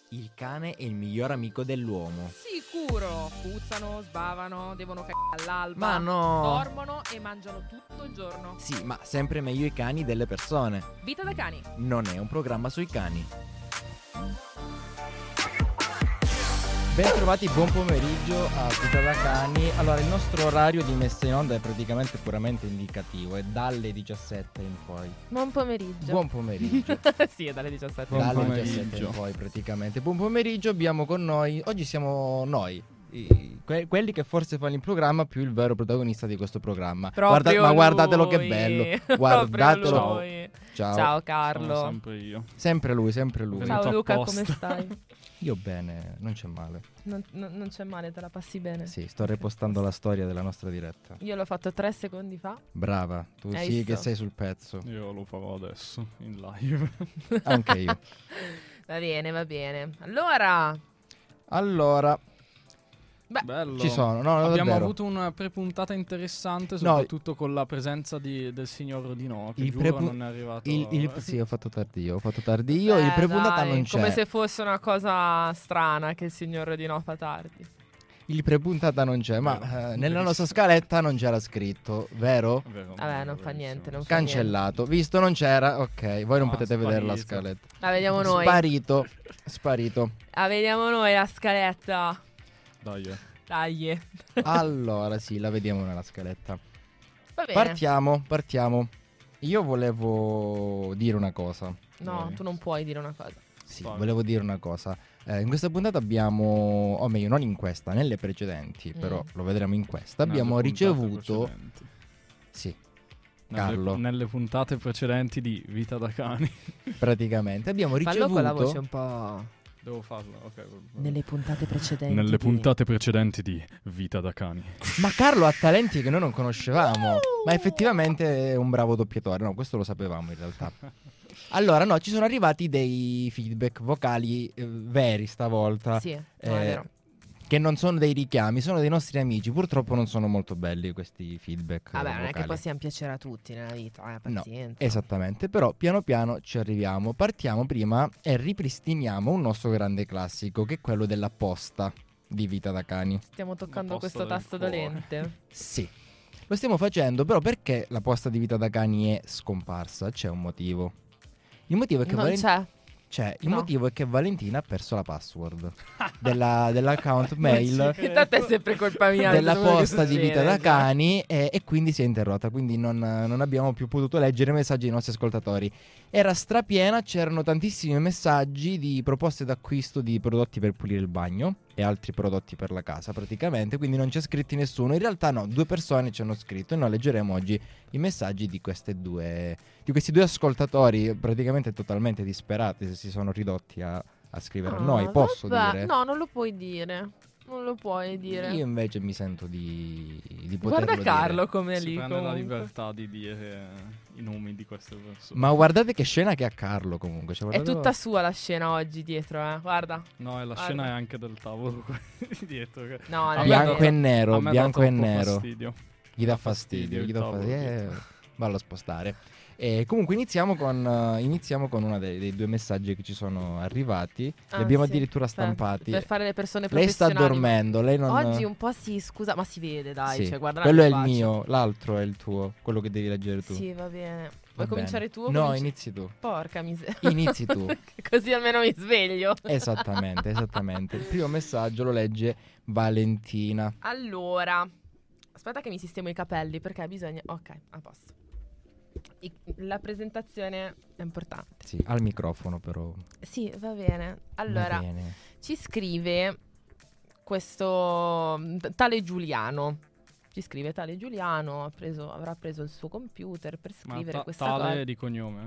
Il cane è il miglior amico dell'uomo. Sicuro. Puzzano, sbavano, devono cagare all'alba. Ma no. Dormono e mangiano tutto il giorno. Sì, ma sempre meglio i cani delle persone. Vita da cani. Non è un programma sui cani. Ben trovati, buon pomeriggio a Vita da Cani. Allora, il nostro orario di messa in onda è praticamente puramente indicativo, è dalle 17 in poi. Buon pomeriggio. Buon pomeriggio. Sì, è dalle 17. Buon Dalle pomeriggio. 17 in poi praticamente. Buon pomeriggio, abbiamo con noi, oggi siamo noi, quelli che forse fanno il programma più il vero protagonista di questo programma. Proprio Ma guardatelo che lui. bello, guardatelo. Proprio lui. Ciao. Ciao Carlo. Sono sempre io. Sempre lui, sempre lui. Venuto Ciao Luca, apposta. come stai? Io bene, non c'è male. Non c'è male, te la passi bene? Sì, sto repostando la storia della nostra diretta. Io l'ho fatto 3 secondi fa. Brava, tu Hai sì visto? che sei sul pezzo. Io lo farò adesso, in live. Anche io. Va bene, va bene. Allora, Allora, Bello. ci sono, no, Abbiamo davvero. avuto una prepuntata interessante, soprattutto con la presenza del signor Rodino, che Il giuro prepu- non è arrivato. Sì, ho fatto tardio. Il beh, prepuntata dai, non c'è. come se fosse una cosa strana che il signor Rodino fa tardi. Il prepuntata non c'è, ma Vero, nella verissimo. nostra scaletta non c'era scritto, vero? È vero, Vabbè, non verissimo. fa niente, non fa Cancellato. Visto non c'era, ok, voi non Ah, potete vedere la sparito. scaletta. La vediamo noi. Sparito. La vediamo noi la scaletta. Dai. Dai. Allora, sì, la vediamo nella scaletta. Va bene. Partiamo. Io volevo dire una cosa. No, Vai. tu non puoi dire una cosa. Sì, Vai. volevo dire una cosa. In questa puntata abbiamo, o meglio, non in questa, nelle precedenti, però lo vedremo in questa. Abbiamo Nelle puntate ricevuto. precedenti. Sì, Nelle- Carlo. Nelle puntate precedenti di Vita da Cani. praticamente abbiamo Fallo con la voce ricevuto. un po'. Devo farlo, ok. Nelle puntate precedenti. Nelle di- puntate precedenti di Vita da Cani. Ma Carlo ha talenti che noi non conoscevamo. Ma effettivamente è un bravo doppiatore. No, questo lo sapevamo in realtà. Allora, no, ci sono arrivati dei feedback vocali veri stavolta. Sì, no, è eh, vero. Che non sono dei richiami, sono dei nostri amici. Purtroppo non sono molto belli questi feedback. Vabbè, non è che vocali. possiamo piacere a tutti nella vita, No, pazienza. Esattamente, però piano piano ci arriviamo. Partiamo prima e ripristiniamo un nostro grande classico, che è quello della posta di Vita da Cani. Stiamo toccando La posta questo del tasto cuore. dolente. Sì, lo stiamo facendo, però perché la posta di Vita da Cani è scomparsa? C'è un motivo. Il motivo è che Non c'è. il no. motivo è che Valentina ha perso la password dell'account mail Tanto è sempre colpa mia. della tutto quello che posta di succede, Vita da cioè. Cani e quindi si è interrotta, quindi non abbiamo più potuto leggere i messaggi dei nostri ascoltatori. Era strapiena, c'erano tantissimi messaggi di proposte d'acquisto di prodotti per pulire il bagno e altri prodotti per la casa praticamente, quindi non c'è scritti nessuno. In realtà no, 2 persone ci hanno scritto e noi leggeremo oggi i messaggi di questi due ascoltatori praticamente totalmente disperati, se si sono ridotti a scrivere a noi, posso vabbè. dire? No, non lo puoi dire. Non lo puoi dire. Io invece mi sento di poterlo Guarda dire. Carlo come è Si lì prende la comunque. libertà di dire i nomi di queste persone. Ma guardate che scena che ha Carlo comunque. Cioè, È guardate- tutta sua la scena oggi dietro, Guarda. No, e la Guarda. scena è anche del tavolo di dietro. Che... No, A non me è bianco vero. e nero, a me bianco dà e troppo nero. fastidio. Gli dà fastidio, il tavolo Vallo a spostare. E comunque iniziamo con uno dei 2 messaggi che ci sono arrivati. Li Ah, abbiamo sì. addirittura Per- stampati. Per fare le persone Lei sta professionali. dormendo, lei non... Oggi un po' si scusa, ma si vede, dai. Sì, Cioè, guarda quello è il faccia. mio, l'altro è il tuo, quello che devi leggere tu. Sì, va bene. Va Vuoi cominciare bene. tu? o No, cominci- inizi tu. Porca miseria. Inizi tu. Così almeno mi sveglio. Esattamente. Il primo messaggio lo legge Valentina. Allora, aspetta che mi sistemo i capelli perché bisogna... Ok, a posto. La presentazione è importante. Sì, al microfono però. Sì, va bene. Allora, Va bene. ci scrive questo tale Giuliano. Ci scrive tale Giuliano, avrà preso il suo computer per Ma scrivere questa tale cosa. di cognome?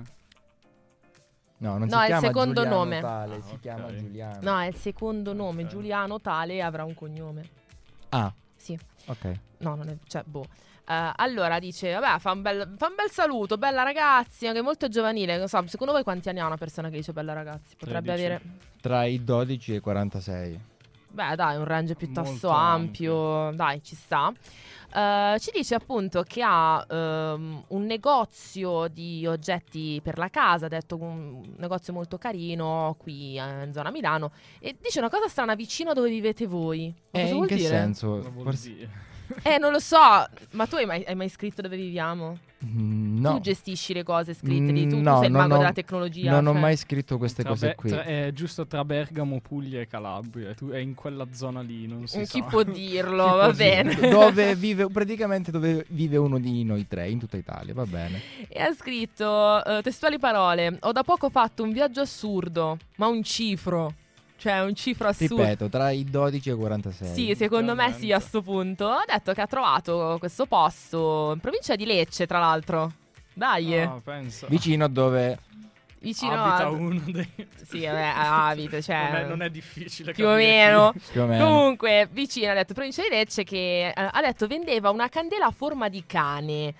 No, non No, si è il chiama secondo Giuliano nome. Tale, Ah, si ok. chiama Giuliano. No, è il secondo nome. Ok. Giuliano tale avrà un cognome. Ah, Sì. ok. No, non è... Cioè, boh. Allora dice, vabbè, fa un bel saluto, bella ragazzi, anche molto giovanile. Non so, secondo voi quanti anni ha una persona che dice bella ragazzi? Potrebbe 13. avere... Tra i 12 e i 46. Beh, dai, un range piuttosto Molto ampio. Dai, ci sta. Ci dice appunto che ha un negozio di oggetti per la casa, ha detto un negozio molto carino qui in zona Milano, e dice una cosa strana vicino a dove vivete voi. Ma cosa In vuol che dire? senso? Cosa vuol dire? Non lo so, ma tu hai mai scritto dove viviamo? No. Tu gestisci le cose scritte lì, tu No, sei il non mago ho- della tecnologia. Non ho cioè. mai scritto queste cose qui. È giusto tra Bergamo, Puglia e Calabria. Tu è in quella zona lì, non si sa. Chi può dirlo, Chi va può bene. Dove vive, praticamente dove vive uno di noi tre in tutta Italia, va bene. E ha scritto testuali parole: ho da poco fatto un viaggio assurdo, ma un cifro. Cioè un cifro assurdo. Ripeto, tra i 12 e i 46. Sì, secondo me sì, a sto punto. Ha detto che ha trovato questo posto in provincia di Lecce, tra l'altro. Dai, Ah, penso. Vicino a dove... vicino Abita a... uno dei... Sì, vabbè, abita, cioè... non è difficile più o capire meno. chi. Più o meno. Comunque, vicino, ha detto provincia di Lecce, che ha detto vendeva una candela a forma di cane.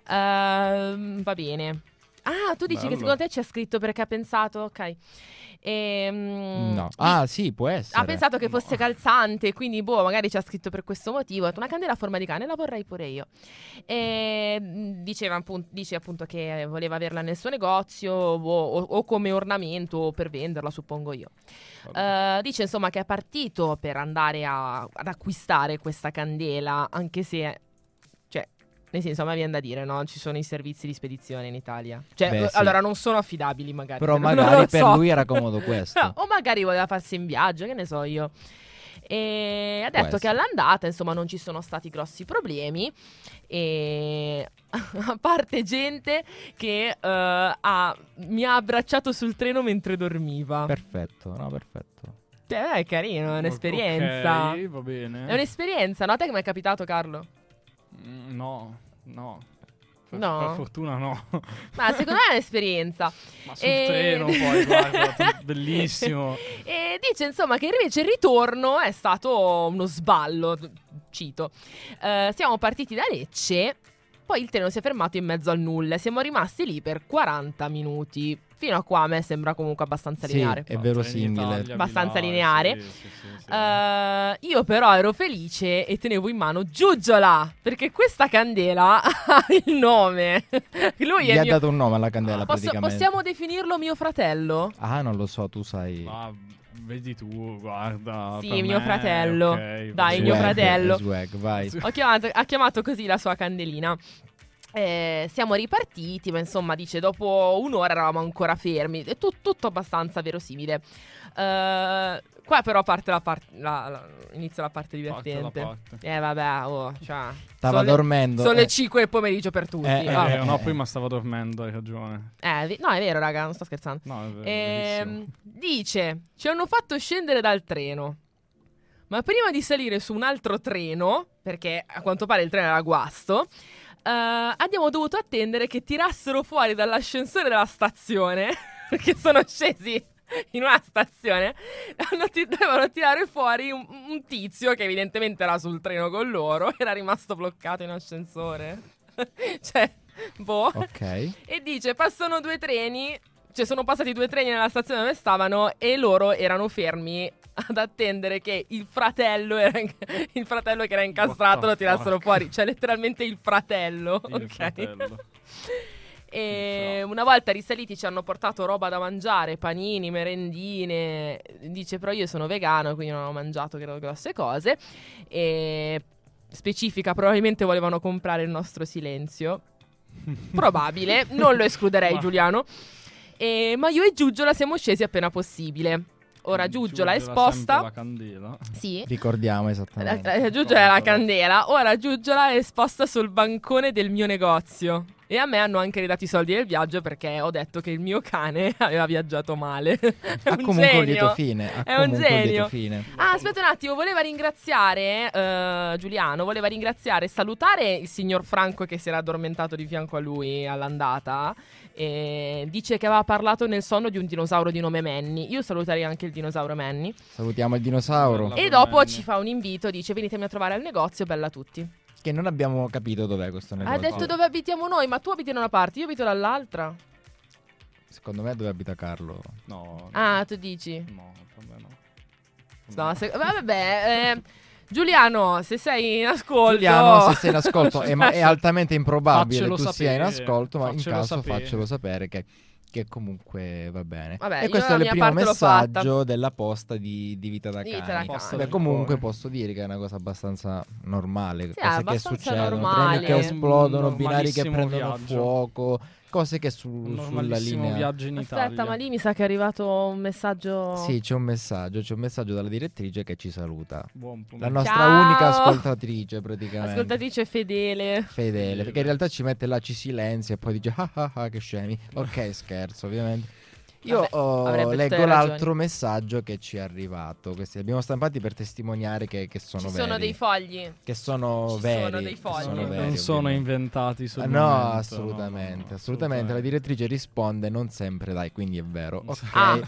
Va bene. Ah, tu dici Bello. che secondo te c'è scritto perché ha pensato, ok. No. Ah, sì, può essere. Ha pensato che fosse calzante, quindi magari ci ha scritto per questo motivo. Ha detto, una candela a forma di cane, la vorrei pure io. Dice appunto che voleva averla nel suo negozio o come ornamento o per venderla, suppongo io. Dice insomma che è partito per andare ad acquistare questa candela, anche se, cioè, nel senso, a me viene da dire, no? Ci sono i servizi di spedizione in Italia. Cioè, Beh, sì. allora non sono affidabili magari. Però non magari lo per so. lui era comodo questo. O magari voleva farsi in viaggio, che ne so io. E ha Può detto che essere. all'andata, insomma, non ci sono stati grossi problemi. E a parte gente che mi ha abbracciato sul treno mentre dormiva. Perfetto, no, perfetto. È carino, è un'esperienza. Ok, va bene. È un'esperienza, no? A te che mi è capitato, Carlo? No. No? Per fortuna no. Ma secondo me è un'esperienza. Ma sul treno poi, guarda, bellissimo. E dice insomma che invece il ritorno è stato uno sballo. Cito. Siamo partiti da Lecce, poi il treno si è fermato in mezzo al nulla e siamo rimasti lì per 40 minuti. Fino a qua a me sembra comunque abbastanza Sì, lineare. è verosimile. Abbastanza lineare. Sì. Io però ero felice e tenevo in mano Giugiola, perché questa candela ha il nome. Lui Gli è ha mio... dato un nome alla candela praticamente. Possiamo definirlo mio fratello? Ah, non lo so, tu sai. Ma vedi tu, guarda. Sì, per mio me, fratello. ok, Dai, va mio bene. fratello. Swag, vai. Ha chiamato così la sua candelina. Siamo ripartiti, ma insomma dice dopo un'ora eravamo ancora fermi. È tutto abbastanza verosimile. Qua però inizia la parte divertente. Vabbè, cioè, Stava dormendo. Sono le 5 del pomeriggio per tutti. No, prima stava dormendo, hai ragione. No, è vero, raga, non sto scherzando. No, è verissimo. Dice, ci hanno fatto scendere dal treno, ma prima di salire su un altro treno, perché a quanto pare il treno era a guasto, abbiamo dovuto attendere che tirassero fuori dall'ascensore della stazione, perché sono scesi in una stazione, dovevano tirare fuori un tizio che evidentemente era sul treno con loro, era rimasto bloccato in ascensore. Cioè, Ok. E dice, passano 2 treni, cioè sono passati 2 treni nella stazione dove stavano e loro erano fermi ad attendere che il fratello che era incastrato lo tirassero fuori, cioè letteralmente il fratello. Il fratello. E una volta risaliti ci hanno portato roba da mangiare, panini, merendine. Dice però io sono vegano, quindi non ho mangiato grosse cose. E specifica, probabilmente volevano comprare il nostro silenzio. Probabile, non lo escluderei, Giuliano. Ma io e Giugiola siamo scesi appena possibile. Ora Giugiola è esposta. La candela. Sì. Ricordiamo esattamente. Giugiola è la candela. Ora Giugiola è esposta sul bancone del mio negozio. E a me hanno anche ridato i soldi del viaggio perché ho detto che il mio cane aveva viaggiato male. Ha comunque un lieto fine. È un genio. Fine. Ah, aspetta un attimo, voleva ringraziare Giuliano, voleva ringraziare e salutare il signor Franco che si era addormentato di fianco a lui all'andata. E dice che aveva parlato nel sonno di un dinosauro di nome Manny. Io saluterei anche il dinosauro Manny. Salutiamo il dinosauro. E dopo ci fa un invito, dice venitemi a trovare al negozio, bella a tutti. Che non abbiamo capito dov'è questo negozio. Ha detto dove abitiamo noi, ma tu abiti da una parte, io abito dall'altra. Secondo me dove abita Carlo. No. Ah, tu dici? No, vabbè no. Vabbè, Giuliano, se sei in ascolto, Giuliano, se sei in ascolto, è altamente improbabile faccelo tu sapere, sia in ascolto, ma in faccelo caso sapere. faccelo sapere che comunque va bene. Vabbè, E io questo la è il mia primo parte l'ho messaggio fatta. della posta di Vita da Di Cani. Vita da Cani. Posta Beh, del comunque cuore. posso dire che è una cosa abbastanza normale, Sì, cose che abbastanza succedono, normale. treni che esplodono, Un binari che normalissimo prendono viaggio. fuoco, cose che Un sulla normalissimo linea. viaggio in Aspetta, Italia. ma lì mi sa che è arrivato un messaggio. Sì, c'è un messaggio dalla direttrice che ci saluta. Buon La pomeriggio. nostra Ciao! unica ascoltatrice praticamente. Ascoltatrice fedele. Fedele, perché in realtà ci mette là, ci silenzia e poi dice che scemi. Ok, scherzo ovviamente. Io avrebbe tutte leggo le ragioni. l'altro messaggio che ci è arrivato. Questi li abbiamo stampati per testimoniare che sono Ci veri. sono dei fogli. Che sono Ci veri. sono dei che fogli. sono veri, Non sono ovviamente. inventati sul No, momento, assolutamente, no, assolutamente. La direttrice risponde non sempre, dai, quindi è vero. Ok. Ah.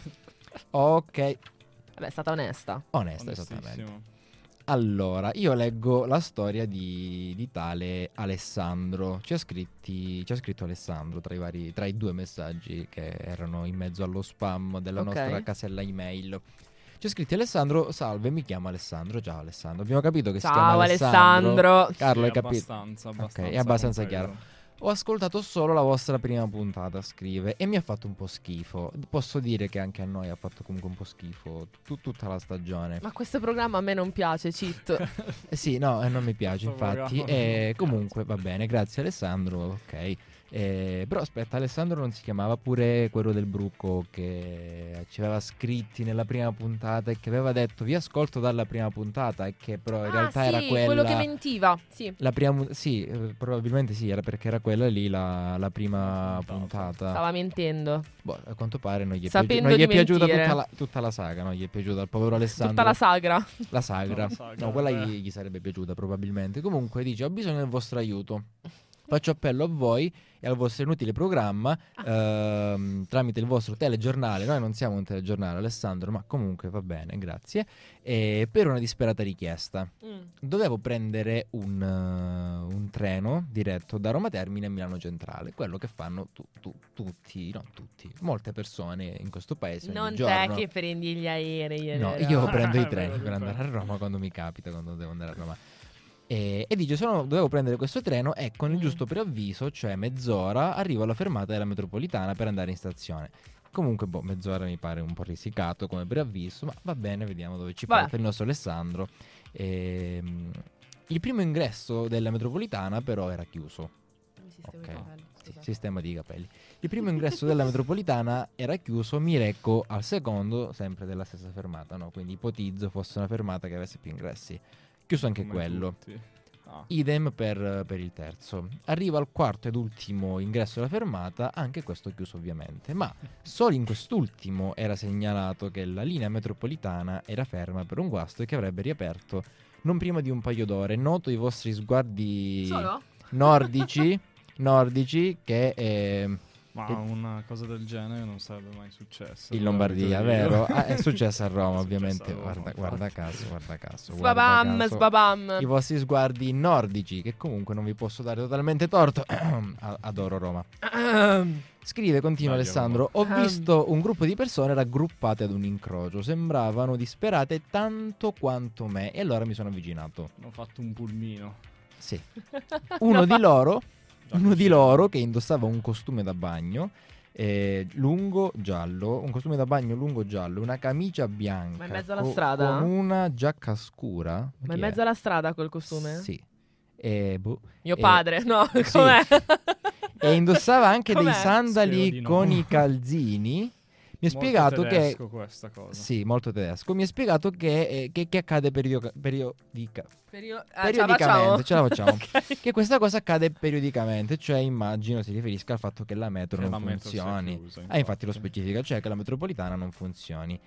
Ok. Vabbè, è stata onesta. Onesta, esattamente. Onestissimo. Allora, io leggo la storia di tale Alessandro. Ci ha scritto Alessandro tra i due messaggi che erano in mezzo allo spam della Ok. nostra casella email. Ci ha scritto Alessandro, salve, mi chiamo Alessandro. Ciao Alessandro. Abbiamo capito che si chiama Ciao Alessandro. Alessandro. Carlo, Sì, hai capito? abbastanza Ok, è abbastanza completo. chiaro. Ho ascoltato solo la vostra prima puntata, scrive, e mi ha fatto un po' schifo. Posso dire che anche a noi ha fatto comunque un po' schifo tutta la stagione. Ma questo programma a me non piace, cheat. Sì, no, non mi piace Questo infatti. programma non mi Comunque va bene, grazie Alessandro, ok. Però aspetta, Alessandro non si chiamava pure quello del Brucco che ci aveva scritti nella prima puntata e che aveva detto vi ascolto dalla prima puntata e che però in realtà sì, era quella... quello che mentiva. Sì. La prima, sì, probabilmente sì, era perché era quella lì la prima puntata. Stava mentendo. Boh, a quanto pare non gli è, Sapendo non gli è di piaciuta mentire. tutta la saga, no? Gli è piaciuta al povero Alessandro. Tutta la sagra. La sagra. No, la sagra, No, quella vabbè. gli sarebbe piaciuta probabilmente. Comunque dice ho bisogno del vostro aiuto. Faccio appello a voi e al vostro inutile programma tramite il vostro telegiornale. Noi non siamo un telegiornale, Alessandro, ma comunque va bene, grazie. Per una disperata richiesta. Dovevo prendere un treno diretto da Roma Termine a Milano Centrale, quello che fanno tutti, non tutti, molte persone in questo paese ogni Non giorno. te che prendi gli aerei. No, io prendo i Vero, treni per vero. andare a Roma quando mi capita, quando devo andare a Roma. E dice, dovevo prendere questo treno e con il giusto preavviso, cioè mezz'ora, arrivo alla fermata della metropolitana per andare in stazione. Comunque, mezz'ora mi pare un po' risicato come preavviso, ma va bene, vediamo dove ci porta il nostro Alessandro. Il primo ingresso della metropolitana però era chiuso. Sistema di capelli. Il primo ingresso della metropolitana era chiuso, mi recco al secondo, sempre della stessa fermata, no? Quindi ipotizzo fosse una fermata che avesse più ingressi. Chiuso anche Come quello. tutti. Ah. Idem per il terzo. Arriva al quarto ed ultimo ingresso della fermata, anche questo chiuso ovviamente. Ma solo in quest'ultimo era segnalato che la linea metropolitana era ferma per un guasto e che avrebbe riaperto non prima di un paio d'ore. Noto i vostri sguardi Solo? nordici che... Ma una cosa del genere non sarebbe mai successa. in Lombardia, vero? È successo a Roma, ovviamente. Guarda caso. Sbabam. I vostri sguardi nordici, che comunque non vi posso dare totalmente torto. Adoro Roma. Scrive, continua Dai, Alessandro. Ho visto un gruppo di persone raggruppate ad un incrocio. Sembravano disperate tanto quanto me. E allora mi sono avvicinato. Hanno fatto un pulmino. Sì. Uno di loro che indossava un costume da bagno lungo giallo, un costume da bagno lungo giallo, una camicia bianca. Ma in mezzo alla strada? Con una giacca scura. Ma in mezzo alla strada col costume? Sì. Mio padre, no, sì. com'è? E indossava anche dei Com'è? sandali Spero di no. con i calzini. Mi ha Molto spiegato tedesco questa cosa. Sì, molto tedesco. Mi ha spiegato che accade periodicamente. Ce la facciamo. Ok. Che questa cosa accade periodicamente, cioè immagino si riferisca al fatto che la metro Che non la metro sia funzioni. chiusa, Infatti lo specifica, cioè che la metropolitana non funzioni.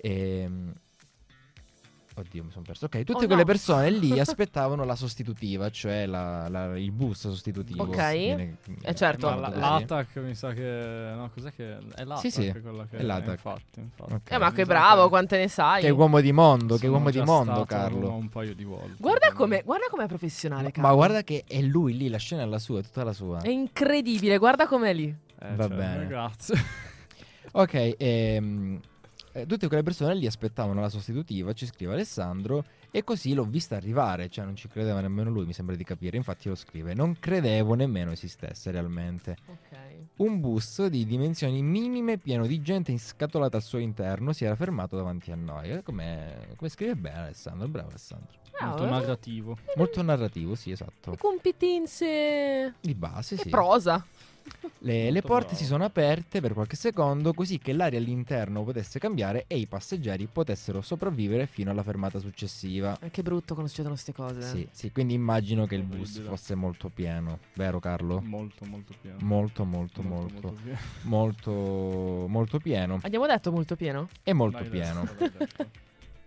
Oddio, mi sono perso. Ok, tutte quelle persone lì aspettavano la sostitutiva, cioè il bus sostitutivo. Ok. chiamato certo. Ma così. l'ATAC mi sa che... No, cos'è che... È l'ATAC Sì, quella che... è l'ATAC. Infatti. Ok. Ma che bravo, quante ne sai? Che uomo di mondo, che Sono uomo di già mondo, stato Carlo. un paio di volte. Guarda com'è professionale, Ma Carlo. guarda che è lui lì, la scena è la sua, è tutta la sua. È incredibile, guarda com'è lì. Va bene. Grazie. Ok, tutte quelle persone lì aspettavano la sostitutiva, ci scrive Alessandro, e così l'ho vista arrivare, cioè non ci credeva nemmeno lui, mi sembra di capire, infatti lo scrive, non credevo nemmeno esistesse realmente. Ok. Un bus di dimensioni minime pieno di gente inscatolata al suo interno si era fermato davanti a noi. Come scrive bene Alessandro, bravo Alessandro. Molto narrativo. Molto narrativo, sì, esatto. Competenze Di base, e sì. prosa. Le porte bravo. si sono aperte per qualche secondo così che l'aria all'interno potesse cambiare e i passeggeri potessero sopravvivere fino alla fermata successiva. Che brutto quando succedono queste cose. Sì, sì, quindi immagino che il bus Orribile. fosse molto pieno, vero Carlo? Molto pieno. Molto pieno. molto pieno Abbiamo detto molto pieno? e molto Dai, pieno. adesso l'hai detto.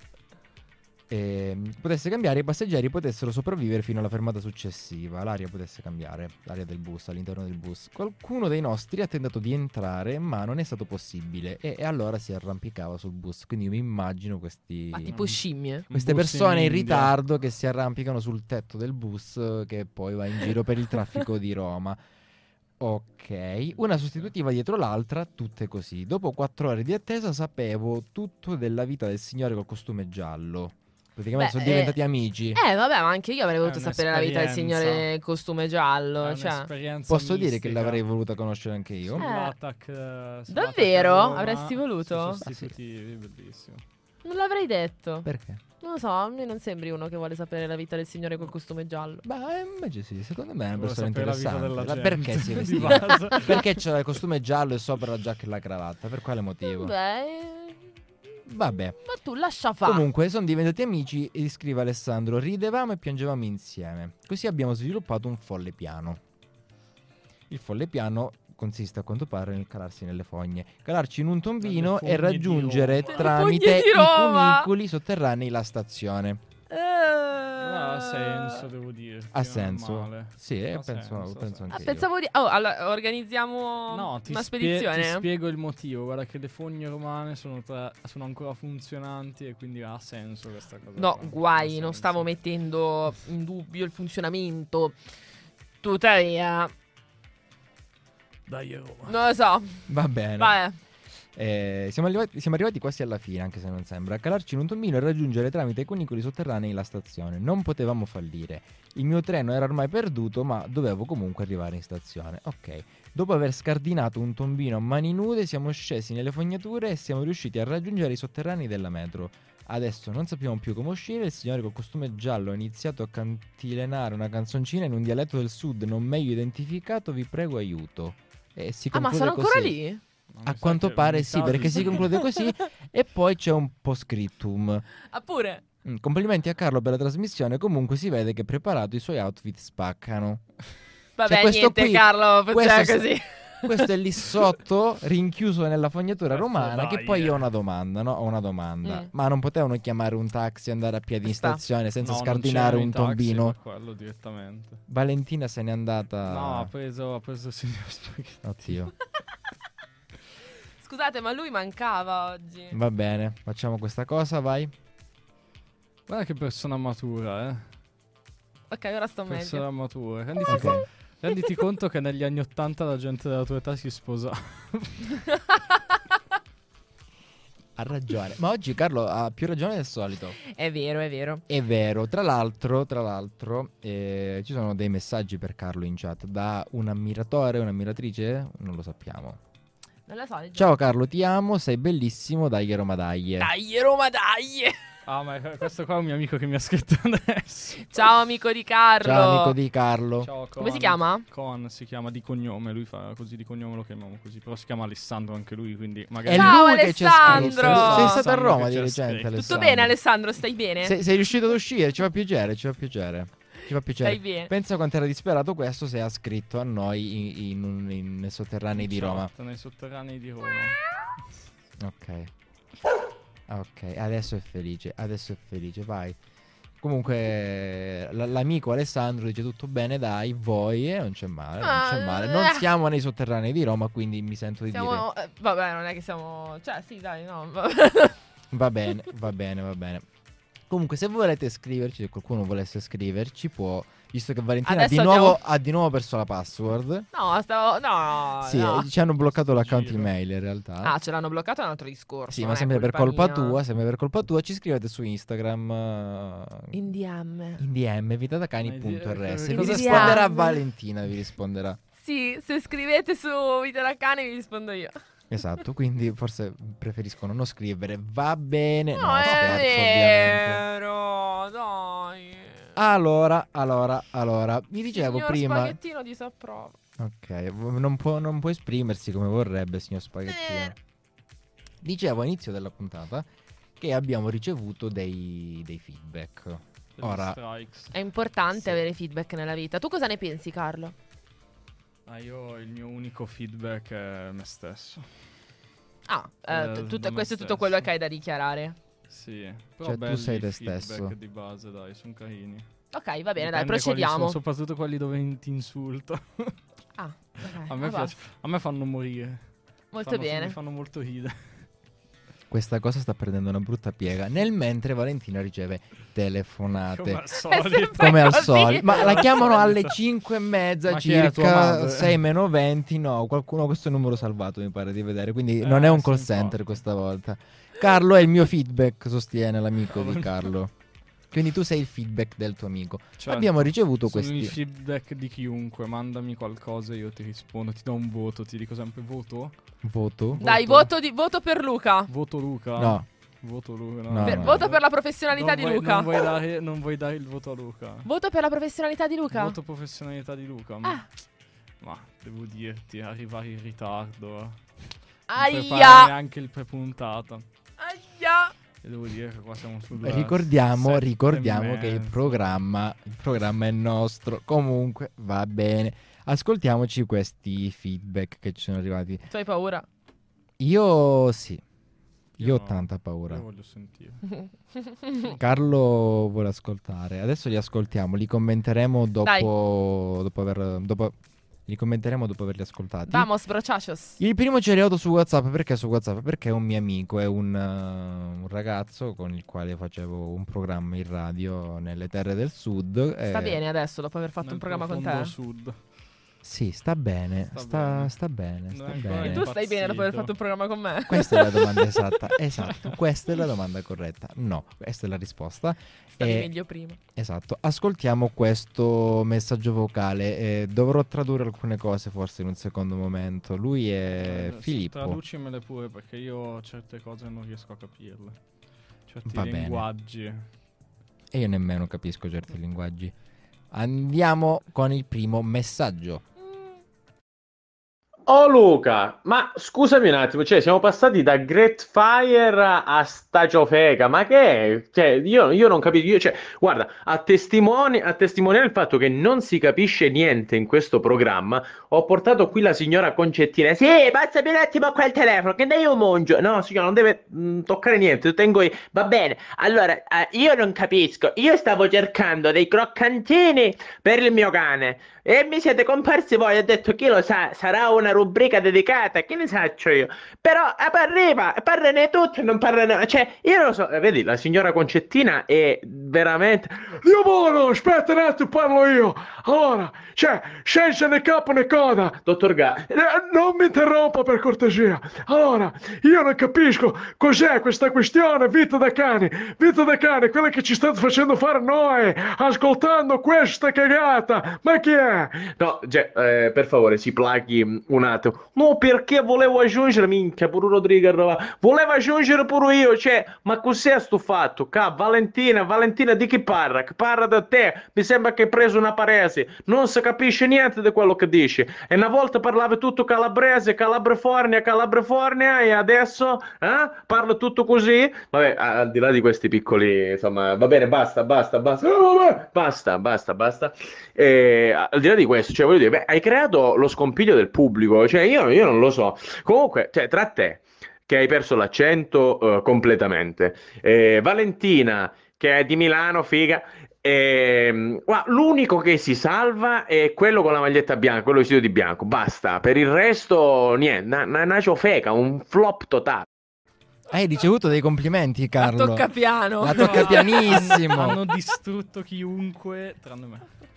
Potesse cambiare, i passeggeri potessero sopravvivere fino alla fermata successiva, l'aria potesse cambiare, l'aria del bus, all'interno del bus. Qualcuno dei nostri ha tentato di entrare, ma non è stato possibile e allora si arrampicava sul bus, quindi io mi immagino Ma tipo scimmie? queste Bus persone in India. ritardo che si arrampicano sul tetto del bus che poi va in giro per il traffico di Roma. Ok, una sostitutiva dietro l'altra, tutte così. Dopo 4 ore di attesa sapevo tutto della vita del signore col costume giallo. Praticamente sono diventati amici. Vabbè, ma anche io avrei voluto È sapere la vita del un'esperienza. signore in costume giallo. È Cioè, un'esperienza Posso dire che mistica. l'avrei voluta conoscere anche io? Sull'attack, Davvero? a Roma, Avresti voluto? sui sostitutivi, bellissimo. non l'avrei detto. Perché? Non lo so, a me non sembri uno che vuole sapere la vita del signore col costume giallo. Beh, invece sì, secondo me è una Volevo persona sapere la vita interessante. della Perché gente, si di vestiva? base. Perché c'era il costume giallo e sopra la giacca e la cravatta? Per quale motivo? Vabbè. Ma tu lascia fare. Comunque sono diventati amici e scrive Alessandro, ridevamo e piangevamo insieme. Così abbiamo sviluppato un folle piano. Il folle piano consiste a quanto pare nel calarsi nelle fogne, calarci in un tombino Nelle e fogne di raggiungere Roma. tramite Nelle fogne di i Roma. cunicoli sotterranei la stazione. Ha senso, devo dire. Ha senso. Sì, Ha penso senso. anche io. Pensavo di... Oh, allora, organizziamo No, ti una spedizione. ti spiego il motivo. Guarda che le fogne romane sono ancora funzionanti e quindi ha senso questa cosa. No, qua. guai, Ha non senso. stavo mettendo in dubbio il funzionamento. Tuttavia, Dai, Roma. non lo so. Va bene. Vabbè. Siamo arrivati quasi alla fine, anche se non sembra. Calarci in un tombino e raggiungere tramite i cunicoli sotterranei la stazione. Non potevamo fallire. Il mio treno era ormai perduto, ma dovevo comunque arrivare in stazione. Ok. Dopo aver scardinato un tombino a mani nude, siamo scesi nelle fognature e siamo riusciti a raggiungere i sotterranei della metro. Adesso non sappiamo più come uscire. Il signore col costume giallo ha iniziato a cantilenare una canzoncina in un dialetto del sud non meglio identificato. Vi prego, aiuto. E si Ah, ma conclude sono ancora così. lì? No, A mi sa quanto che pare mi sì, sa perché di si sì. conclude così. E poi c'è un postscriptum. Ah, pure. Complimenti a Carlo per la trasmissione. Comunque si vede che preparato i suoi outfit spaccano. Vabbè, questo niente, qui- Carlo, funziona questo così. Questo è lì sotto, rinchiuso nella fognatura Questo romana. Che dai, poi io ho una domanda, no? Ho una domanda. Ma non potevano chiamare un taxi e andare a piedi in Sta. stazione senza No, non scardinare c'erano un i taxi tombino? per quello direttamente. Valentina se n'è andata. No, ha preso il signor Spaghetti. Oddio. Scusate, ma lui mancava oggi. Va bene, facciamo questa cosa, vai. Guarda che persona matura, Ok, ora sto meglio. Persona matura. Renditi, Ok. renditi conto che negli anni 80 la gente della tua età si sposava. Ha ragione. Ma oggi Carlo ha più ragione del solito. È vero, è vero. È vero, tra l'altro, ci sono dei messaggi per Carlo in chat da un ammiratore, un'ammiratrice, non lo sappiamo. Non lo so. leggiamo. Ciao Carlo, ti amo, sei bellissimo, dai Roma dai. Dai, Roma, dai. Ah, ma questo qua è un mio amico che mi ha scritto adesso. Ciao, amico di Carlo. Ciao amico di Carlo. Ciao, Come si chiama? Con si chiama di cognome, lui fa così di cognome, lo chiamiamo così, però si chiama Alessandro anche lui, quindi È magari Ciao, lui che ci ha scritto. Alessandro! Sei stato a Alessandro Roma che di ci ha recente, scritto. Alessandro. Tutto bene, Alessandro? Stai bene? Sei riuscito ad uscire, ci fa piacere, ci fa piacere. Ci fa piacere. Stai bene. Pensa quanto era disperato questo se ha scritto a noi nei sotterranei di Roma. Nei sotterranei di Roma. Ok. Ok, adesso è felice, vai. Comunque l'amico Alessandro dice tutto bene, dai, voi, non c'è male, non c'è male. Non siamo nei sotterranei di Roma, quindi mi sento di dire. Vabbè, non è che siamo... Cioè, sì, dai, no. Va bene. Comunque se volete scriverci, se qualcuno volesse scriverci può visto che Valentina Adesso ha di nuovo perso la password. No, Sì, no. ci hanno bloccato l'account Giro. email in realtà. Ah, ce l'hanno bloccato, è un altro discorso. Sì, non ma è sempre per colpa mia. tua, sempre per colpa tua. Ci scrivete su Instagram In DM. in DM vitatacani.rs. Cosa Vi sta- risponderà Valentina, vi risponderà. Sì, se scrivete su Vita da Cane vi rispondo io. Esatto, quindi forse preferiscono non scrivere. Va bene. No, è scherzo, ovviamente. vero, dai. Allora, vi dicevo Signor prima. Spaghettino disapprova. Ok, non può esprimersi come vorrebbe, signor Spaghettino. Dicevo all'inizio della puntata che abbiamo ricevuto dei feedback. Degli Ora, strikes. È importante Sì. avere feedback nella vita. Tu cosa ne pensi, Carlo? Io il mio unico feedback è me stesso. Ah, da questo è me tutto stesso. quello che hai da dichiarare. Sì, però Cioè, tu belli sei te i feedback stesso. di base, dai, sono carini. Ok, va bene, dai, Dipende quali procediamo. sono, soprattutto quelli dove ti insulto. Ah, ok. A me, va. piace, a me fanno morire. Molto bene. Mi fanno molto ridere. questa cosa sta prendendo una brutta piega. Nel mentre Valentina riceve telefonate. Come al È solito. sempre Come al così. solito, ma la chiamano alle Solito. 5:30 Ma chi è tua circa, madre? 6 meno 20. No, qualcuno ha questo numero salvato, mi pare di vedere. Quindi non è un call simpatico. center questa volta. Carlo è il mio feedback, sostiene l'amico di Carlo. Quindi tu sei il feedback del tuo amico. Certo, Abbiamo ricevuto sono questi. il feedback di chiunque. Mandami qualcosa e io ti rispondo. Ti do un voto. Ti dico sempre voto. Voto? Dai, Voto. voto per Luca. Voto Luca. No. Voto Luca. No, Per- no. voto per la professionalità Non di vuoi- Luca. Non vuoi dare il voto a Luca. Voto per la professionalità di Luca. Voto professionalità di Luca. Ah. Ma devo dirti, arrivare in ritardo. Non Aia. preparare neanche il prepuntata. Aia. E devo dire che qua siamo sul Ricordiamo 7,5. che il programma è nostro. Comunque va bene. Ascoltiamoci questi feedback che ci sono arrivati. Tu hai paura? Io sì. Io ho no. tanta paura. Io voglio sentire. Carlo vuole ascoltare. Adesso li ascoltiamo. Li commenteremo Dai. li commenteremo dopo averli ascoltati. Vamos, brochachos. Il primo ci è arrivato su WhatsApp. Perché su WhatsApp? Perché è un mio amico, è un ragazzo con il quale facevo un programma in radio nelle terre del sud. Sta bene adesso, dopo aver fatto Nel un programma con profondo te? Sud. Sì, sta bene. Sta Sta bene. bene. Sta Non è bene. ancora E tu stai bene dopo aver impazzito. fatto un programma con me? Questa è la domanda esatta. Esatto, questa è la domanda corretta. No, questa è la risposta. Stavi E- meglio prima. Esatto, ascoltiamo questo messaggio vocale. Dovrò tradurre alcune cose forse in un secondo momento. Lui è Sì, Filippo. traducimele pure perché io certe cose non riesco a capirle. Certi Va bene. linguaggi. E io nemmeno capisco certi linguaggi. Andiamo con il primo messaggio. Oh Luca, ma scusami un attimo, cioè siamo passati da Great Fire a Stagiofeca, ma che è? Cioè, io non capisco, cioè, guarda, a testimoniare il fatto che non si capisce niente in questo programma, ho portato qui la signora Concettina. Sì, passami un attimo a quel telefono, che ne io mangio. No, signora, non deve toccare niente, tengo io. Va bene, allora, io non capisco, io stavo cercando dei croccantini per il mio cane. E mi siete comparsi voi, ho detto chi lo sa, sarà una rubrica dedicata, che ne saccio io. Però parlane tutti e non parlane, cioè io non lo so, vedi, la signora Concettina è veramente... Dio buono, aspetta un attimo, parlo io. Allora, cioè, senza né capo né coda, dottor non mi interrompa per cortesia. Allora, io non capisco cos'è questa questione vita da cane, quella che ci state facendo fare noi, ascoltando questa cagata, ma chi è? No, per favore, si plaghi un attimo. No, perché volevo aggiungere, minchia, pure Rodrigo, volevo aggiungere pure io, cioè, ma cos'è sto fatto? Valentina, di chi parla? Che parla da te? Mi sembra che hai preso una paresi, non si capisce niente di quello che dici. E una volta parlavi tutto calabrese, Calabrefornia, e adesso, parla tutto così? Vabbè, al di là di questi piccoli, insomma, va bene, basta. Vabbè, basta. Al di là di questo, cioè, voglio dire, beh, hai creato lo scompiglio del pubblico, cioè, io non lo so. Comunque, cioè, tra te, che hai perso l'accento completamente, Valentina, che è di Milano, figa, l'unico che si salva è quello con la maglietta bianca, quello vestito di bianco, basta. Per il resto, niente, una ciofeca, un flop totale. Hai ricevuto dei complimenti, Carlo. La tocca piano. La tocca pianissimo. Hanno distrutto chiunque tranne me.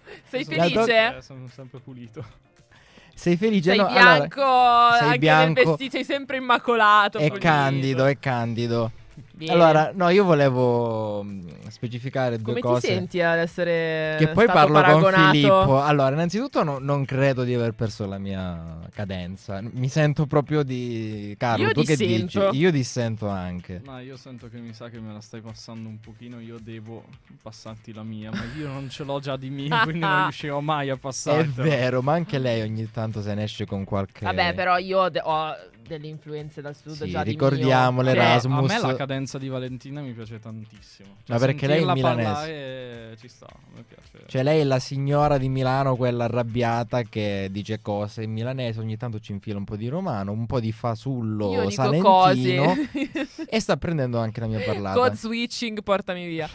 Sei Sono- felice? Sono sempre pulito. Sei felice? Sei No, bianco, sei anche bianco. nel vestito, sei sempre immacolato. È pulito. candido, è candido. Bene. Allora, no, io volevo specificare due come cose. ti senti ad essere Che poi stato parlo paragonato? con Filippo. Allora, innanzitutto non credo di aver perso la mia cadenza. Mi sento proprio di... Carlo, Io tu che dissento. dici? Io dissento anche. Ma io sento che mi sa che me la stai passando un pochino. Io devo passarti la mia, ma io non ce l'ho già di mia, quindi non riuscirò mai a È passartela. vero, ma anche lei ogni tanto se ne esce con qualche... Vabbè, però io ho delle influenze dal sud Sì, già di ricordiamo mio. l'Erasmus. A me la cadenza di Valentina mi piace tantissimo. Ma perché lei è sentirla milanese. parlare ci sta, mi piace. Cioè lei è la signora di Milano, quella arrabbiata che dice cose in milanese, ogni tanto ci infila un po' di romano, un po' di fasullo Io dico salentino cose. e sta prendendo anche la mia parlata. Code switching, portami via.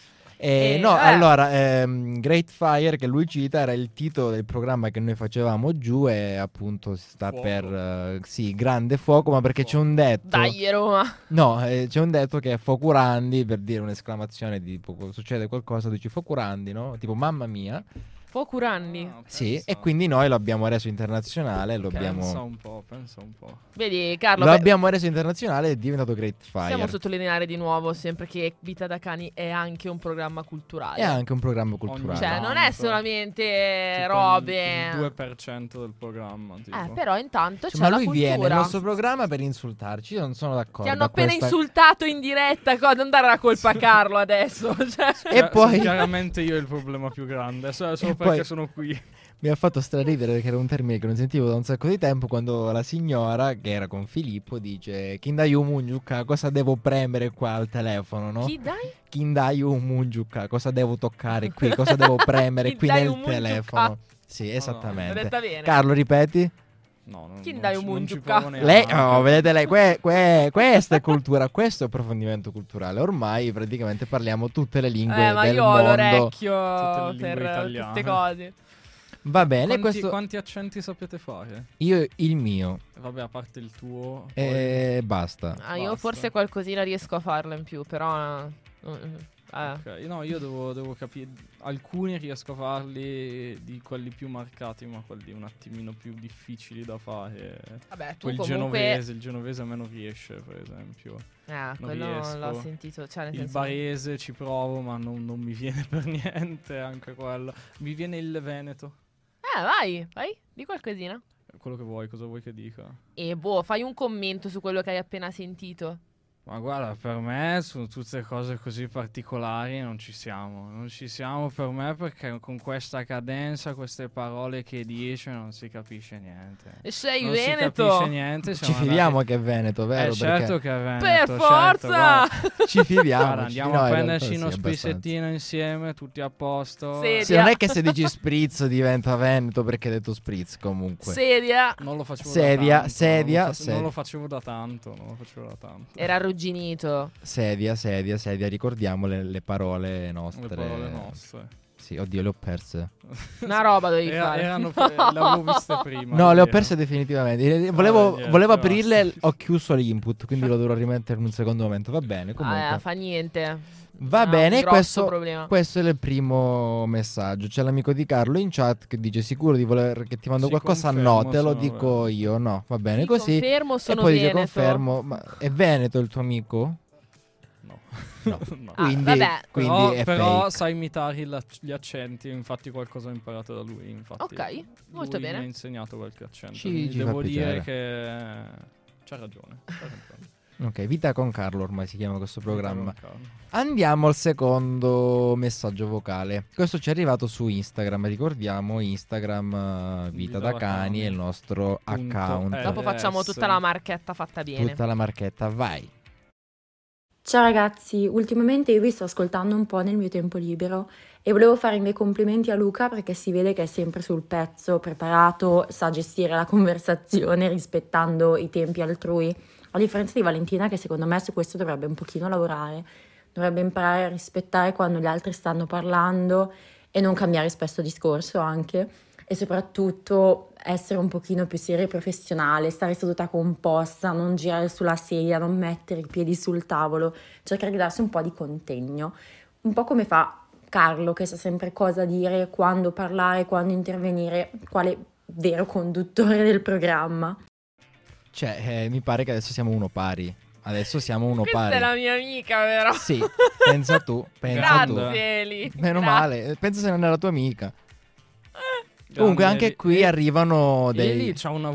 No, vabbè. allora, Great Fire che lui cita era il titolo del programma che noi facevamo giù e appunto si sta Fuoco. per, sì, grande fuoco, ma perché c'è un detto... Dai, Roma. No, c'è un detto che è Focurandi, per dire un'esclamazione tipo succede qualcosa, dici Focurandi, no? Tipo mamma mia. Focurandi. Ah, Sì, pensa. e quindi noi lo abbiamo reso internazionale, lo Pensa abbiamo, un po', pensa un po'. Vedi, Carlo, lo beh, abbiamo reso internazionale e è diventato Great possiamo Fire. sottolineare di nuovo sempre che Vita da Cani è anche un programma culturale. È anche un programma culturale. Cioè, non è Tanto. solamente Tipo robe. il 2% del programma, tipo. Però intanto Cioè, c'è ma la lui viene cultura. nel nostro programma per insultarci, io non sono d'accordo. Ti hanno a appena questa- insultato in diretta, non dare la colpa a Carlo adesso. Cioè. E poi Chiaramente io ho il problema più grande, solo E perché poi- sono qui. mi ha fatto straridere perché era un termine che non sentivo da un sacco di tempo quando la signora, che era con Filippo, dice Kindayu Mungiuka, cosa devo premere qua al telefono, no? Chi dai? Kindayu Mungiuka, cosa devo toccare qui, cosa devo premere qui Kindayu nel Mungiuka. telefono. Sì, L'ho esattamente. detta bene. Carlo, ripeti? No, Chi non dai ci- un non ci mungiucca? provo neanche. Lei, vedete lei, questa è cultura, questo è approfondimento culturale. Ormai praticamente parliamo tutte le lingue Ma del io ho mondo. l'orecchio Tutte le lingue per italiane. queste cose. Va bene, Quanti accenti sapete fare? io il mio Vabbè, a parte il tuo. e basta. Io Basta. forse qualcosina riesco a farla in più, però... Ok, no, io devo capire. Alcuni riesco a farli di quelli più marcati, ma quelli un attimino più difficili da fare. Vabbè, tu Quel comunque... il genovese a me non riesce, per esempio. quello riesco. l'ho sentito. Cioè, nel Il senso... barese ci provo, ma non mi viene per niente anche quello. Mi viene il veneto. vai, di qualcosina. Quello che vuoi, cosa vuoi che dica? E fai un commento su quello che hai appena sentito. Ma guarda, per me su tutte cose così particolari non ci siamo. Non ci siamo per me perché con questa cadenza, queste parole che dice non si capisce niente. Sei non si Veneto! capisce niente. Ci fidiamo che è Veneto, vero? certo Perché che è Veneto. Per certo, forza! guarda. ci fidiamo. Guarda, andiamo a prenderci uno sprizzettino insieme, tutti a posto. Sì. Sì, non è che se dici spritz diventa Veneto perché hai detto spritz comunque. Sedia! Non lo facevo Sedia, da tanto. sedia, non lo, sedia. non lo facevo da tanto. Non lo facevo da tanto. Era arrugginito. Sedia, ricordiamo le parole nostre. Le parole nostre. Sì, oddio, le ho perse. Una roba dovevi fare. Le avevo viste prima. No, le ho vero. perse definitivamente. Volevo niente, aprirle, basta. ho chiuso l'input, quindi lo dovrò rimettere in un secondo momento. Va bene, comunque. Fa niente. Va Ha un bene, grosso problema. questo è il primo messaggio. C'è l'amico di Carlo in chat che dice sicuro di voler che ti mando Sì, qualcosa? confermo, No, te lo sono dico Veneto. io. No, va bene Sì, così. confermo, E sono poi dice Veneto. confermo. Ma è Veneto il tuo amico? No. No. No. Quindi, vabbè. quindi è però fake. sa imitare gli accenti, infatti qualcosa ho imparato da lui. Infatti, Ok, molto lui bene. mi ha insegnato qualche accento. Ci quindi fa devo dire piacere. che c'ha ragione. Ok, Vita con Carlo ormai si chiama questo programma. Con calma. Andiamo al secondo messaggio vocale. Questo ci è arrivato su Instagram. Ricordiamo Instagram Vita da Cani è il nostro Punto account. Dopo facciamo tutta la marchetta fatta bene. Tutta la marchetta, vai. Ciao ragazzi, ultimamente io vi sto ascoltando un po' nel mio tempo libero e volevo fare i miei complimenti a Luca perché si vede che è sempre sul pezzo, preparato, sa gestire la conversazione rispettando i tempi altrui, a differenza di Valentina che secondo me su questo dovrebbe un pochino lavorare, dovrebbe imparare a rispettare quando gli altri stanno parlando e non cambiare spesso discorso anche. E soprattutto essere un pochino più seria e professionale, stare seduta composta, non girare sulla sedia, non mettere i piedi sul tavolo, cercare di darsi un po' di contegno, un po' come fa Carlo, che sa sempre cosa dire, quando parlare, quando intervenire, quale vero conduttore del programma. Cioè, mi pare che adesso siamo uno pari. Adesso siamo uno Questa pari. è la mia amica, vero? Sì, pensa tu, pensa tu. Grazie, Eli. Meno Grazie. male, pensa se non è la tua amica. Comunque anche qui arrivano dei... Eli c'ha una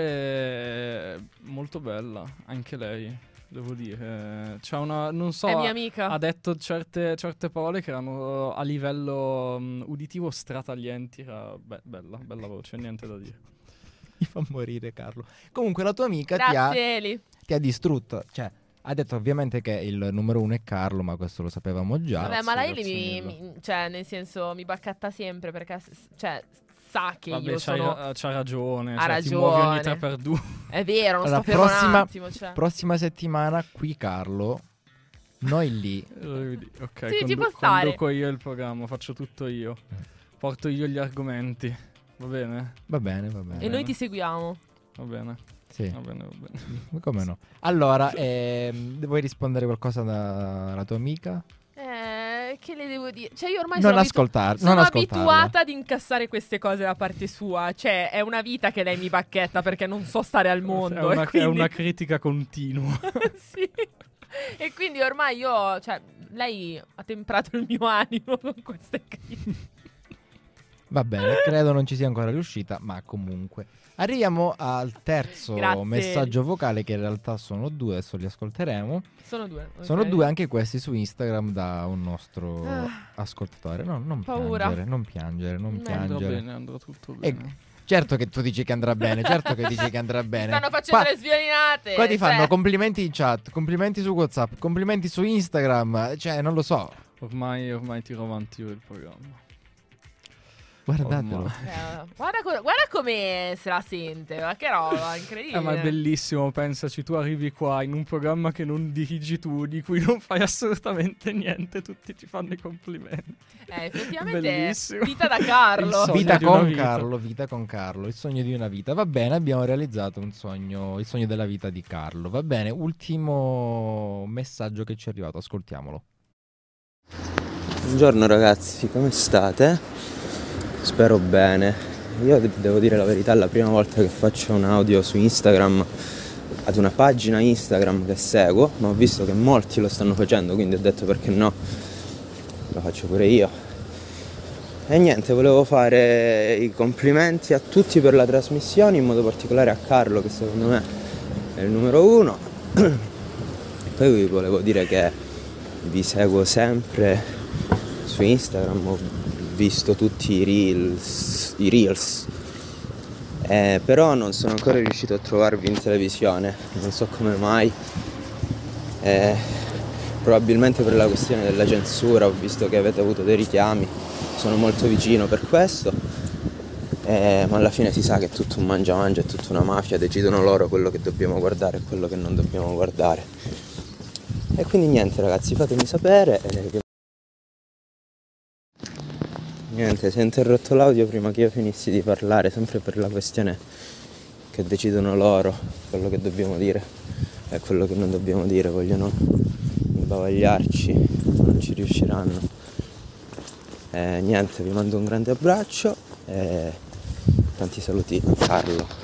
voce molto bella, anche lei, devo dire. C'ha una, non so, È mia amica. ha detto certe parole che erano a livello uditivo strataglienti. Era bella voce, niente da dire. Mi fa morire Carlo. Comunque la tua amica Grazie, Eli. ti ha distrutto. Cioè, ha detto ovviamente che il numero uno è Carlo, ma questo lo sapevamo già. Vabbè, ma la Eli grazie mille. cioè, nel senso, mi baccatta sempre perché, cioè, sa che Vabbè, io sono... c'ha ragione. Ha Cioè, ti muovi ogni ragione. 3x2. È vero, non Allora, sto fermo un attimo, cioè. prossima settimana qui Carlo, noi lì. Ok, Sì, ci può stare. conduco io il programma, faccio tutto io. Porto io gli argomenti. Va bene? Va bene, va bene. E noi ti seguiamo. Va bene. Sì, Va bene. come no. Allora, vuoi rispondere qualcosa alla tua amica? Che le devo dire? Cioè, io ormai Non sono, ascoltarla. abituata ad incassare queste cose da parte sua. Cioè, è una vita che lei mi bacchetta perché non so stare al mondo. È e una critica continua. sì. E quindi ormai io, cioè, lei ha temprato il mio animo con queste critiche. Va bene, credo non ci sia ancora riuscita, ma comunque. Arriviamo al terzo Grazie. messaggio vocale, che in realtà sono due, adesso li ascolteremo. Sono due. ok. Sono due anche questi su Instagram da un nostro ascoltatore. No, non Paura. piangere, non piangere, non No. Andrà piangere. bene, andrà tutto E- bene. certo che tu dici che andrà bene, certo che dici che andrà bene. Stanno facendo Qua- le sviolinate. Qua ti fanno cioè. complimenti in chat, complimenti su WhatsApp, complimenti su Instagram, cioè non lo so. Ormai tiro avanti io il programma. Guardatelo. Guarda come se la sente. Ma che roba, incredibile. Ma è bellissimo, pensaci, tu arrivi qua in un programma che non dirigi tu, di cui non fai assolutamente niente, tutti ti fanno i complimenti. Effettivamente Bellissimo. vita da Carlo. Il sogno Vita di una con vita. Carlo, vita con Carlo, il sogno di una vita. Va bene, abbiamo realizzato un sogno, il sogno della vita di Carlo. Va bene, ultimo messaggio che ci è arrivato, ascoltiamolo. Buongiorno ragazzi, come state? Spero bene. Io devo dire la verità, è la prima volta che faccio un audio su Instagram ad una pagina Instagram che seguo, ma ho visto che molti lo stanno facendo, quindi ho detto perché no, lo faccio pure io. E niente, volevo fare i complimenti a tutti per la trasmissione, in modo particolare a Carlo, che secondo me è il numero uno. Poi vi volevo dire che vi seguo sempre su Instagram, ho visto tutti i reels, però non sono ancora riuscito a trovarvi in televisione, non so come mai, probabilmente per la questione della censura. Ho visto che avete avuto dei richiami, sono molto vicino per questo, ma alla fine si sa che è tutto un mangia, è tutta una mafia, decidono loro quello che dobbiamo guardare e quello che non dobbiamo guardare. E quindi niente ragazzi, fatemi sapere. Niente, si è interrotto l'audio prima che io finissi di parlare, sempre per la questione che decidono loro quello che dobbiamo dire e quello che non dobbiamo dire, vogliono imbavagliarci, non ci riusciranno. Niente, vi mando un grande abbraccio e tanti saluti a Carlo.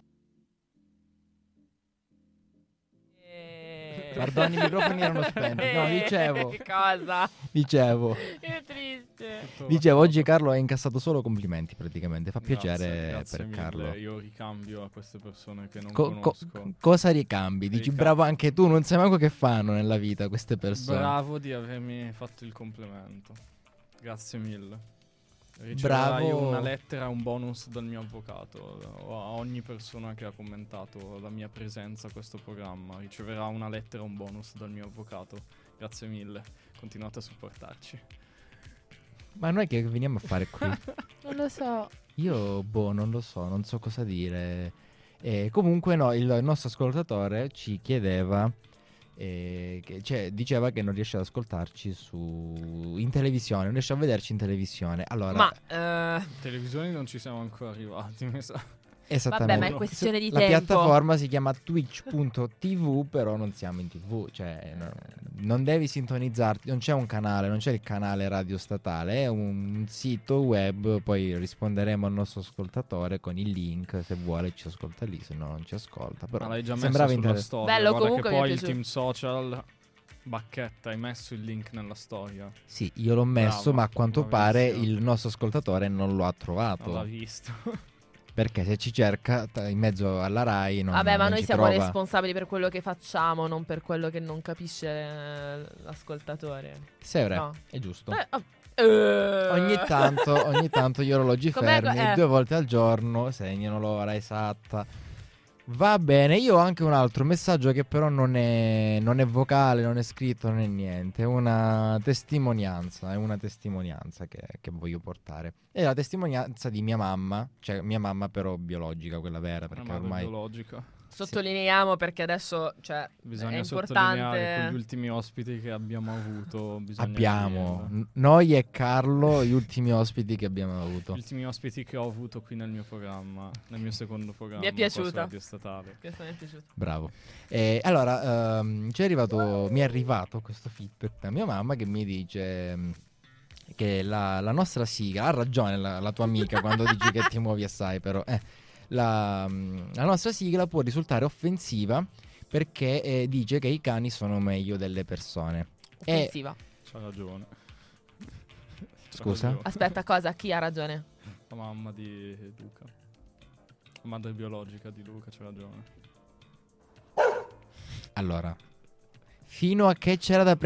Pardon, i microfoni erano spenti. No, Che cosa? dicevo, Che triste. oggi Carlo ha incassato solo complimenti praticamente, fa piacere Grazie per mille. Carlo. Io ricambio a queste persone che non Co- conosco. cosa ricambi? Dici Ricambio. bravo anche tu, non sai manco che fanno nella vita queste persone. Bravo di avermi fatto il complimento. Grazie mille. Riceverai Bravo. una lettera, un bonus dal mio avvocato. A ogni persona che ha commentato la mia presenza a questo programma riceverà una lettera, un bonus dal mio avvocato. Grazie mille. Continuate a supportarci. Ma noi che veniamo a fare qui? Non lo so. Io, non lo so, non so cosa dire. Comunque no, il nostro ascoltatore ci chiedeva, diceva che non riesce ad ascoltarci in televisione, non riesce a vederci in televisione. Allora, Ma Televisioni non ci siamo ancora arrivati, mi sa. Esattamente. Vabbè, ma è questione di La tempo. piattaforma si chiama twitch.tv, però non siamo in TV, cioè non devi sintonizzarti, non c'è un canale, non c'è il canale radio statale, è un sito web, poi risponderemo al nostro ascoltatore con il link, se vuole ci ascolta lì, se no non ci ascolta, però Ma l'hai già messo sembrava sulla interessante. storia. Bello, Guarda comunque che mi è poi il piaciuto. team social Bacchetta, hai messo il link nella storia. Sì, io l'ho messo, Bravo, ma a quanto pare bravissimo. il nostro ascoltatore non lo ha trovato. Non l'ha visto. Perché se ci cerca in mezzo alla Rai non Vabbè, ma non noi ci siamo trova. responsabili per quello che facciamo, non per quello che non capisce l'ascoltatore. Severo, No. è giusto. Ogni Ogni tanto gli orologi Com'è- fermi 2 volte al giorno segnano l'ora esatta. Va bene, io ho anche un altro messaggio che però non è vocale, non è scritto, non è niente, è una testimonianza, che voglio portare. È la testimonianza di mia mamma, cioè mia mamma però biologica, quella vera, perché Una madre ormai biologica. Sottolineiamo perché adesso, cioè, Bisogna è sottolineare importante. con gli ultimi ospiti che abbiamo avuto. Bisogna abbiamo, dirlo. noi e Carlo, gli ultimi ospiti che abbiamo avuto. Gli ultimi ospiti che ho avuto qui nel mio programma, nel mio secondo programma. Mi è piaciuta. qua su Radio Statale. Questo mi è piaciuto. Bravo. Allora, mi è arrivato questo feedback da mia mamma che mi dice che la nostra sigla, ha ragione la tua amica quando dici che ti muovi assai, però la nostra sigla può risultare offensiva perché dice che i cani sono meglio delle persone. Offensiva. C'ha ragione. C'ha Scusa? ragione. Aspetta, cosa? Chi ha ragione? La mamma di Luca. La madre biologica di Luca, c'ha ragione. Allora, fino a che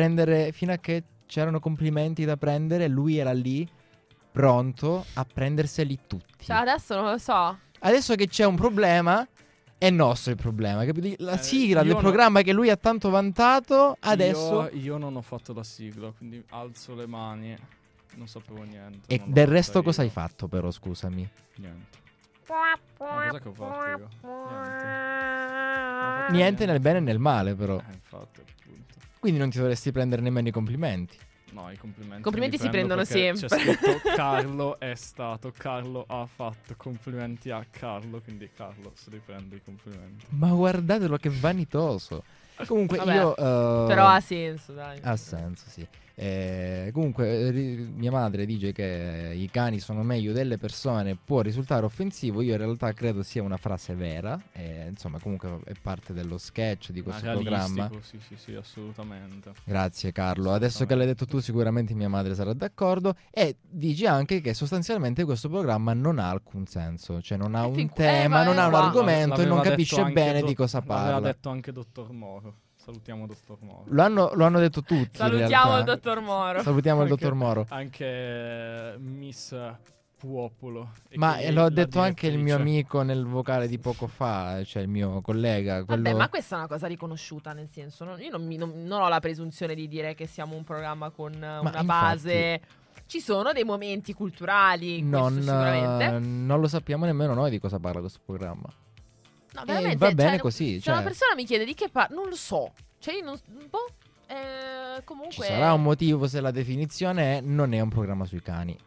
c'erano complimenti da prendere, lui era lì pronto a prenderseli tutti. Cioè, adesso non lo so. Adesso che c'è un problema, è nostro il problema. Capito? La sigla io del no- programma che lui ha tanto vantato, adesso. Io non ho fatto la sigla, quindi alzo le mani. Non sapevo niente. E non l'ho del fatta resto cosa io. hai fatto, però, scusami? Niente. Ma cosa che ho fatto io? Niente. Niente nel bene e nel male, però. Infatti, appunto. Quindi non ti dovresti prendere nemmeno i complimenti. No, i complimenti. Complimenti li si prendo prendono perché sempre. C'è scritto Carlo è stato, Carlo ha fatto, complimenti a Carlo, quindi Carlo se li prende i complimenti. Ma guardatelo che vanitoso. Comunque Vabbè, io. Però ha senso, dai. Ha senso, sì. Comunque, mia madre dice che i cani sono meglio delle persone, può risultare offensivo. Io in realtà credo sia una frase vera. Insomma, comunque è parte dello sketch di questo programma. Sì, assolutamente. Grazie, Carlo. Adesso che l'hai detto tu, sicuramente mia madre sarà d'accordo. E dici anche che sostanzialmente questo programma non ha alcun senso, cioè non ha un tema, non ha un qua. argomento e non L'aveva capisce detto bene anche di cosa L'aveva parla. detto anche Dottor Moro. Salutiamo Dottor Moro. Lo hanno detto tutti. in Salutiamo il realtà. dottor Moro. Salutiamo il Anche- dottor Moro. Anche Miss Puopolo. E Ma quindi l'ho la detto anche il mio direttrice. amico nel vocale di poco fa, cioè il mio collega. Vabbè, Quello... ma questa è una cosa riconosciuta, nel senso, io non ho la presunzione di dire che siamo un programma con una infatti- base. Ci sono dei momenti culturali, questo sicuramente. non lo sappiamo nemmeno noi di cosa parla questo programma. No, veramente, va bene cioè, così, Se cioè. una persona mi chiede di che parla, non lo so. Cioè, io non. Boh. Comunque. Ci sarà un motivo se la definizione è non è un programma sui cani.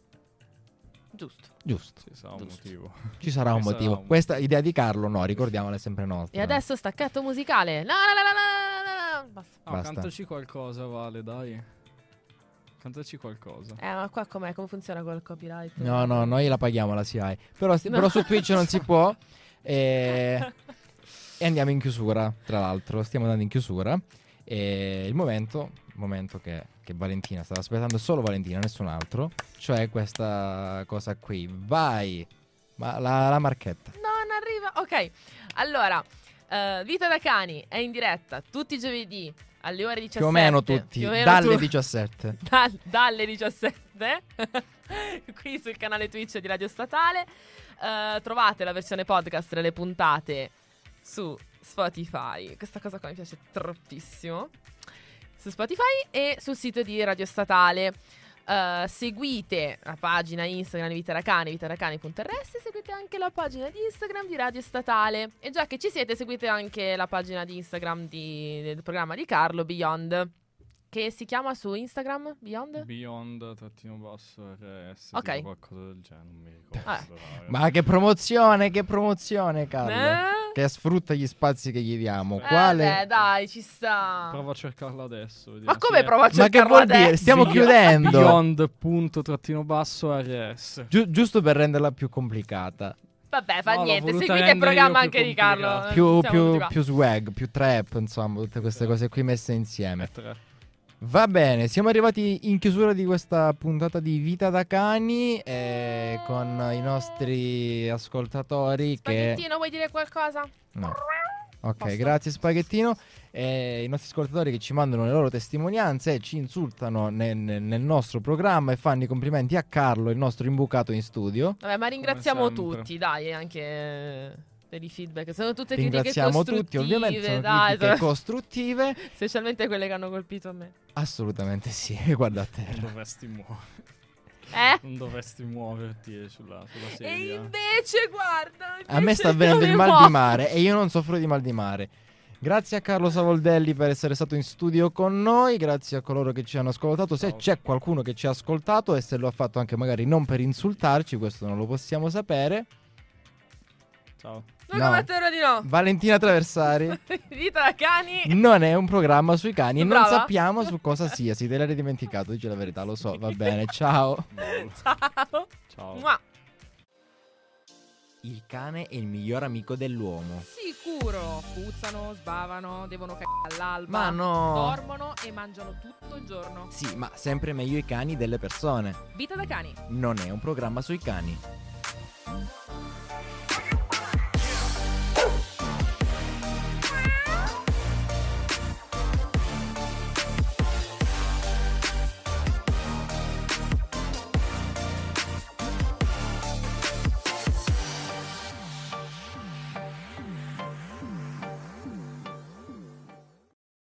Giusto. Giusto. Ci sarà un Giusto. motivo. Ci sarà un Ci sarà motivo. un Questa idea di Carlo, no, ricordiamola, è sempre nostra. E adesso stacchetto musicale. No. Basta. No, Basta. cantaci qualcosa, Vale, dai. Cantaci qualcosa. Ma qua com'è? Come funziona col copyright? No, noi la paghiamo la SIAE. Però su Twitch non si può. E andiamo in chiusura, tra l'altro. Stiamo andando in chiusura. E il momento che Valentina stava aspettando, solo Valentina, nessun altro. Cioè questa cosa qui. Vai! Ma la marchetta. No, non arriva. Ok, allora, Vita da Cani è in diretta tutti i giovedì alle ore 17. Più o meno tutti. Più o meno Dalle tu- 17. dalle 17 qui sul canale Twitch di Radio Statale. Trovate la versione podcast delle puntate su Spotify. Questa cosa qua mi piace troppissimo. Su Spotify e sul sito di Radio Statale. Seguite la pagina Instagram di Vitaracani, vitaracani.rs, e seguite anche la pagina di Instagram di Radio Statale. E già che ci siete, seguite anche la pagina di Instagram del programma di Carlo, Beyond, Che si chiama su Instagram? Beyond? Beyond_RS. Ok. Tipo qualcosa del genere, non mi ricordo. però, Ma che promozione, Carlo. Che sfrutta gli spazi che gli diamo. Quale? Dai, ci sta. Prova a cercarlo adesso. vediamo. Ma come Sì, prova a Ma che cercarlo vuol dire? adesso? Stiamo chiudendo. Beyond_RS. Giusto per renderla più complicata. Vabbè, fa No, l'ho niente. voluta Seguite il rendere programma io anche più di Carlo. complicato. Più, Siamo tutti più, qua. più swag, più trap, insomma, tutte queste cose qui messe insieme. 3. Va bene, siamo arrivati in chiusura di questa puntata di Vita da Cani con i nostri ascoltatori Spaghettino, vuoi dire qualcosa? No. Ok, Posto. grazie Spaghettino. I nostri ascoltatori che ci mandano le loro testimonianze e ci insultano nel nostro programma e fanno i complimenti a Carlo, il nostro imbucato in studio. Vabbè, ma ringraziamo sempre. tutti, dai, anche per i feedback. Sono tutte critiche Ringraziamo costruttive, tutti, ovviamente sono dai, critiche costruttive. specialmente quelle che hanno colpito a me. Assolutamente sì, guarda a Non terra. dovresti muovere. Eh? Non dovresti muoverti sulla E sedia. invece, guarda, A me sta invece avvenendo io il mi mal di muovo. mare e io non soffro di mal di mare. Grazie a Carlo Savoldelli per essere stato in studio con noi, grazie a coloro che ci hanno ascoltato. Se Ciao. c'è qualcuno che ci ha ascoltato e se lo ha fatto anche magari non per insultarci, questo non lo possiamo sapere. Ciao. Luca Mattero di no. Valentina Traversari Vita da cani. non è un programma sui cani e non Brava. sappiamo su cosa sia. Si te l'hai dimenticato, dice la verità, lo so, va bene, ciao. Ciao. Ciao. Mua. Il cane è il miglior amico dell'uomo. Sicuro. Puzzano, sbavano, devono cagare all'alba. Ma no. Dormono e mangiano tutto il giorno. Sì, ma sempre meglio i cani delle persone. Vita da cani. Non è un programma sui cani.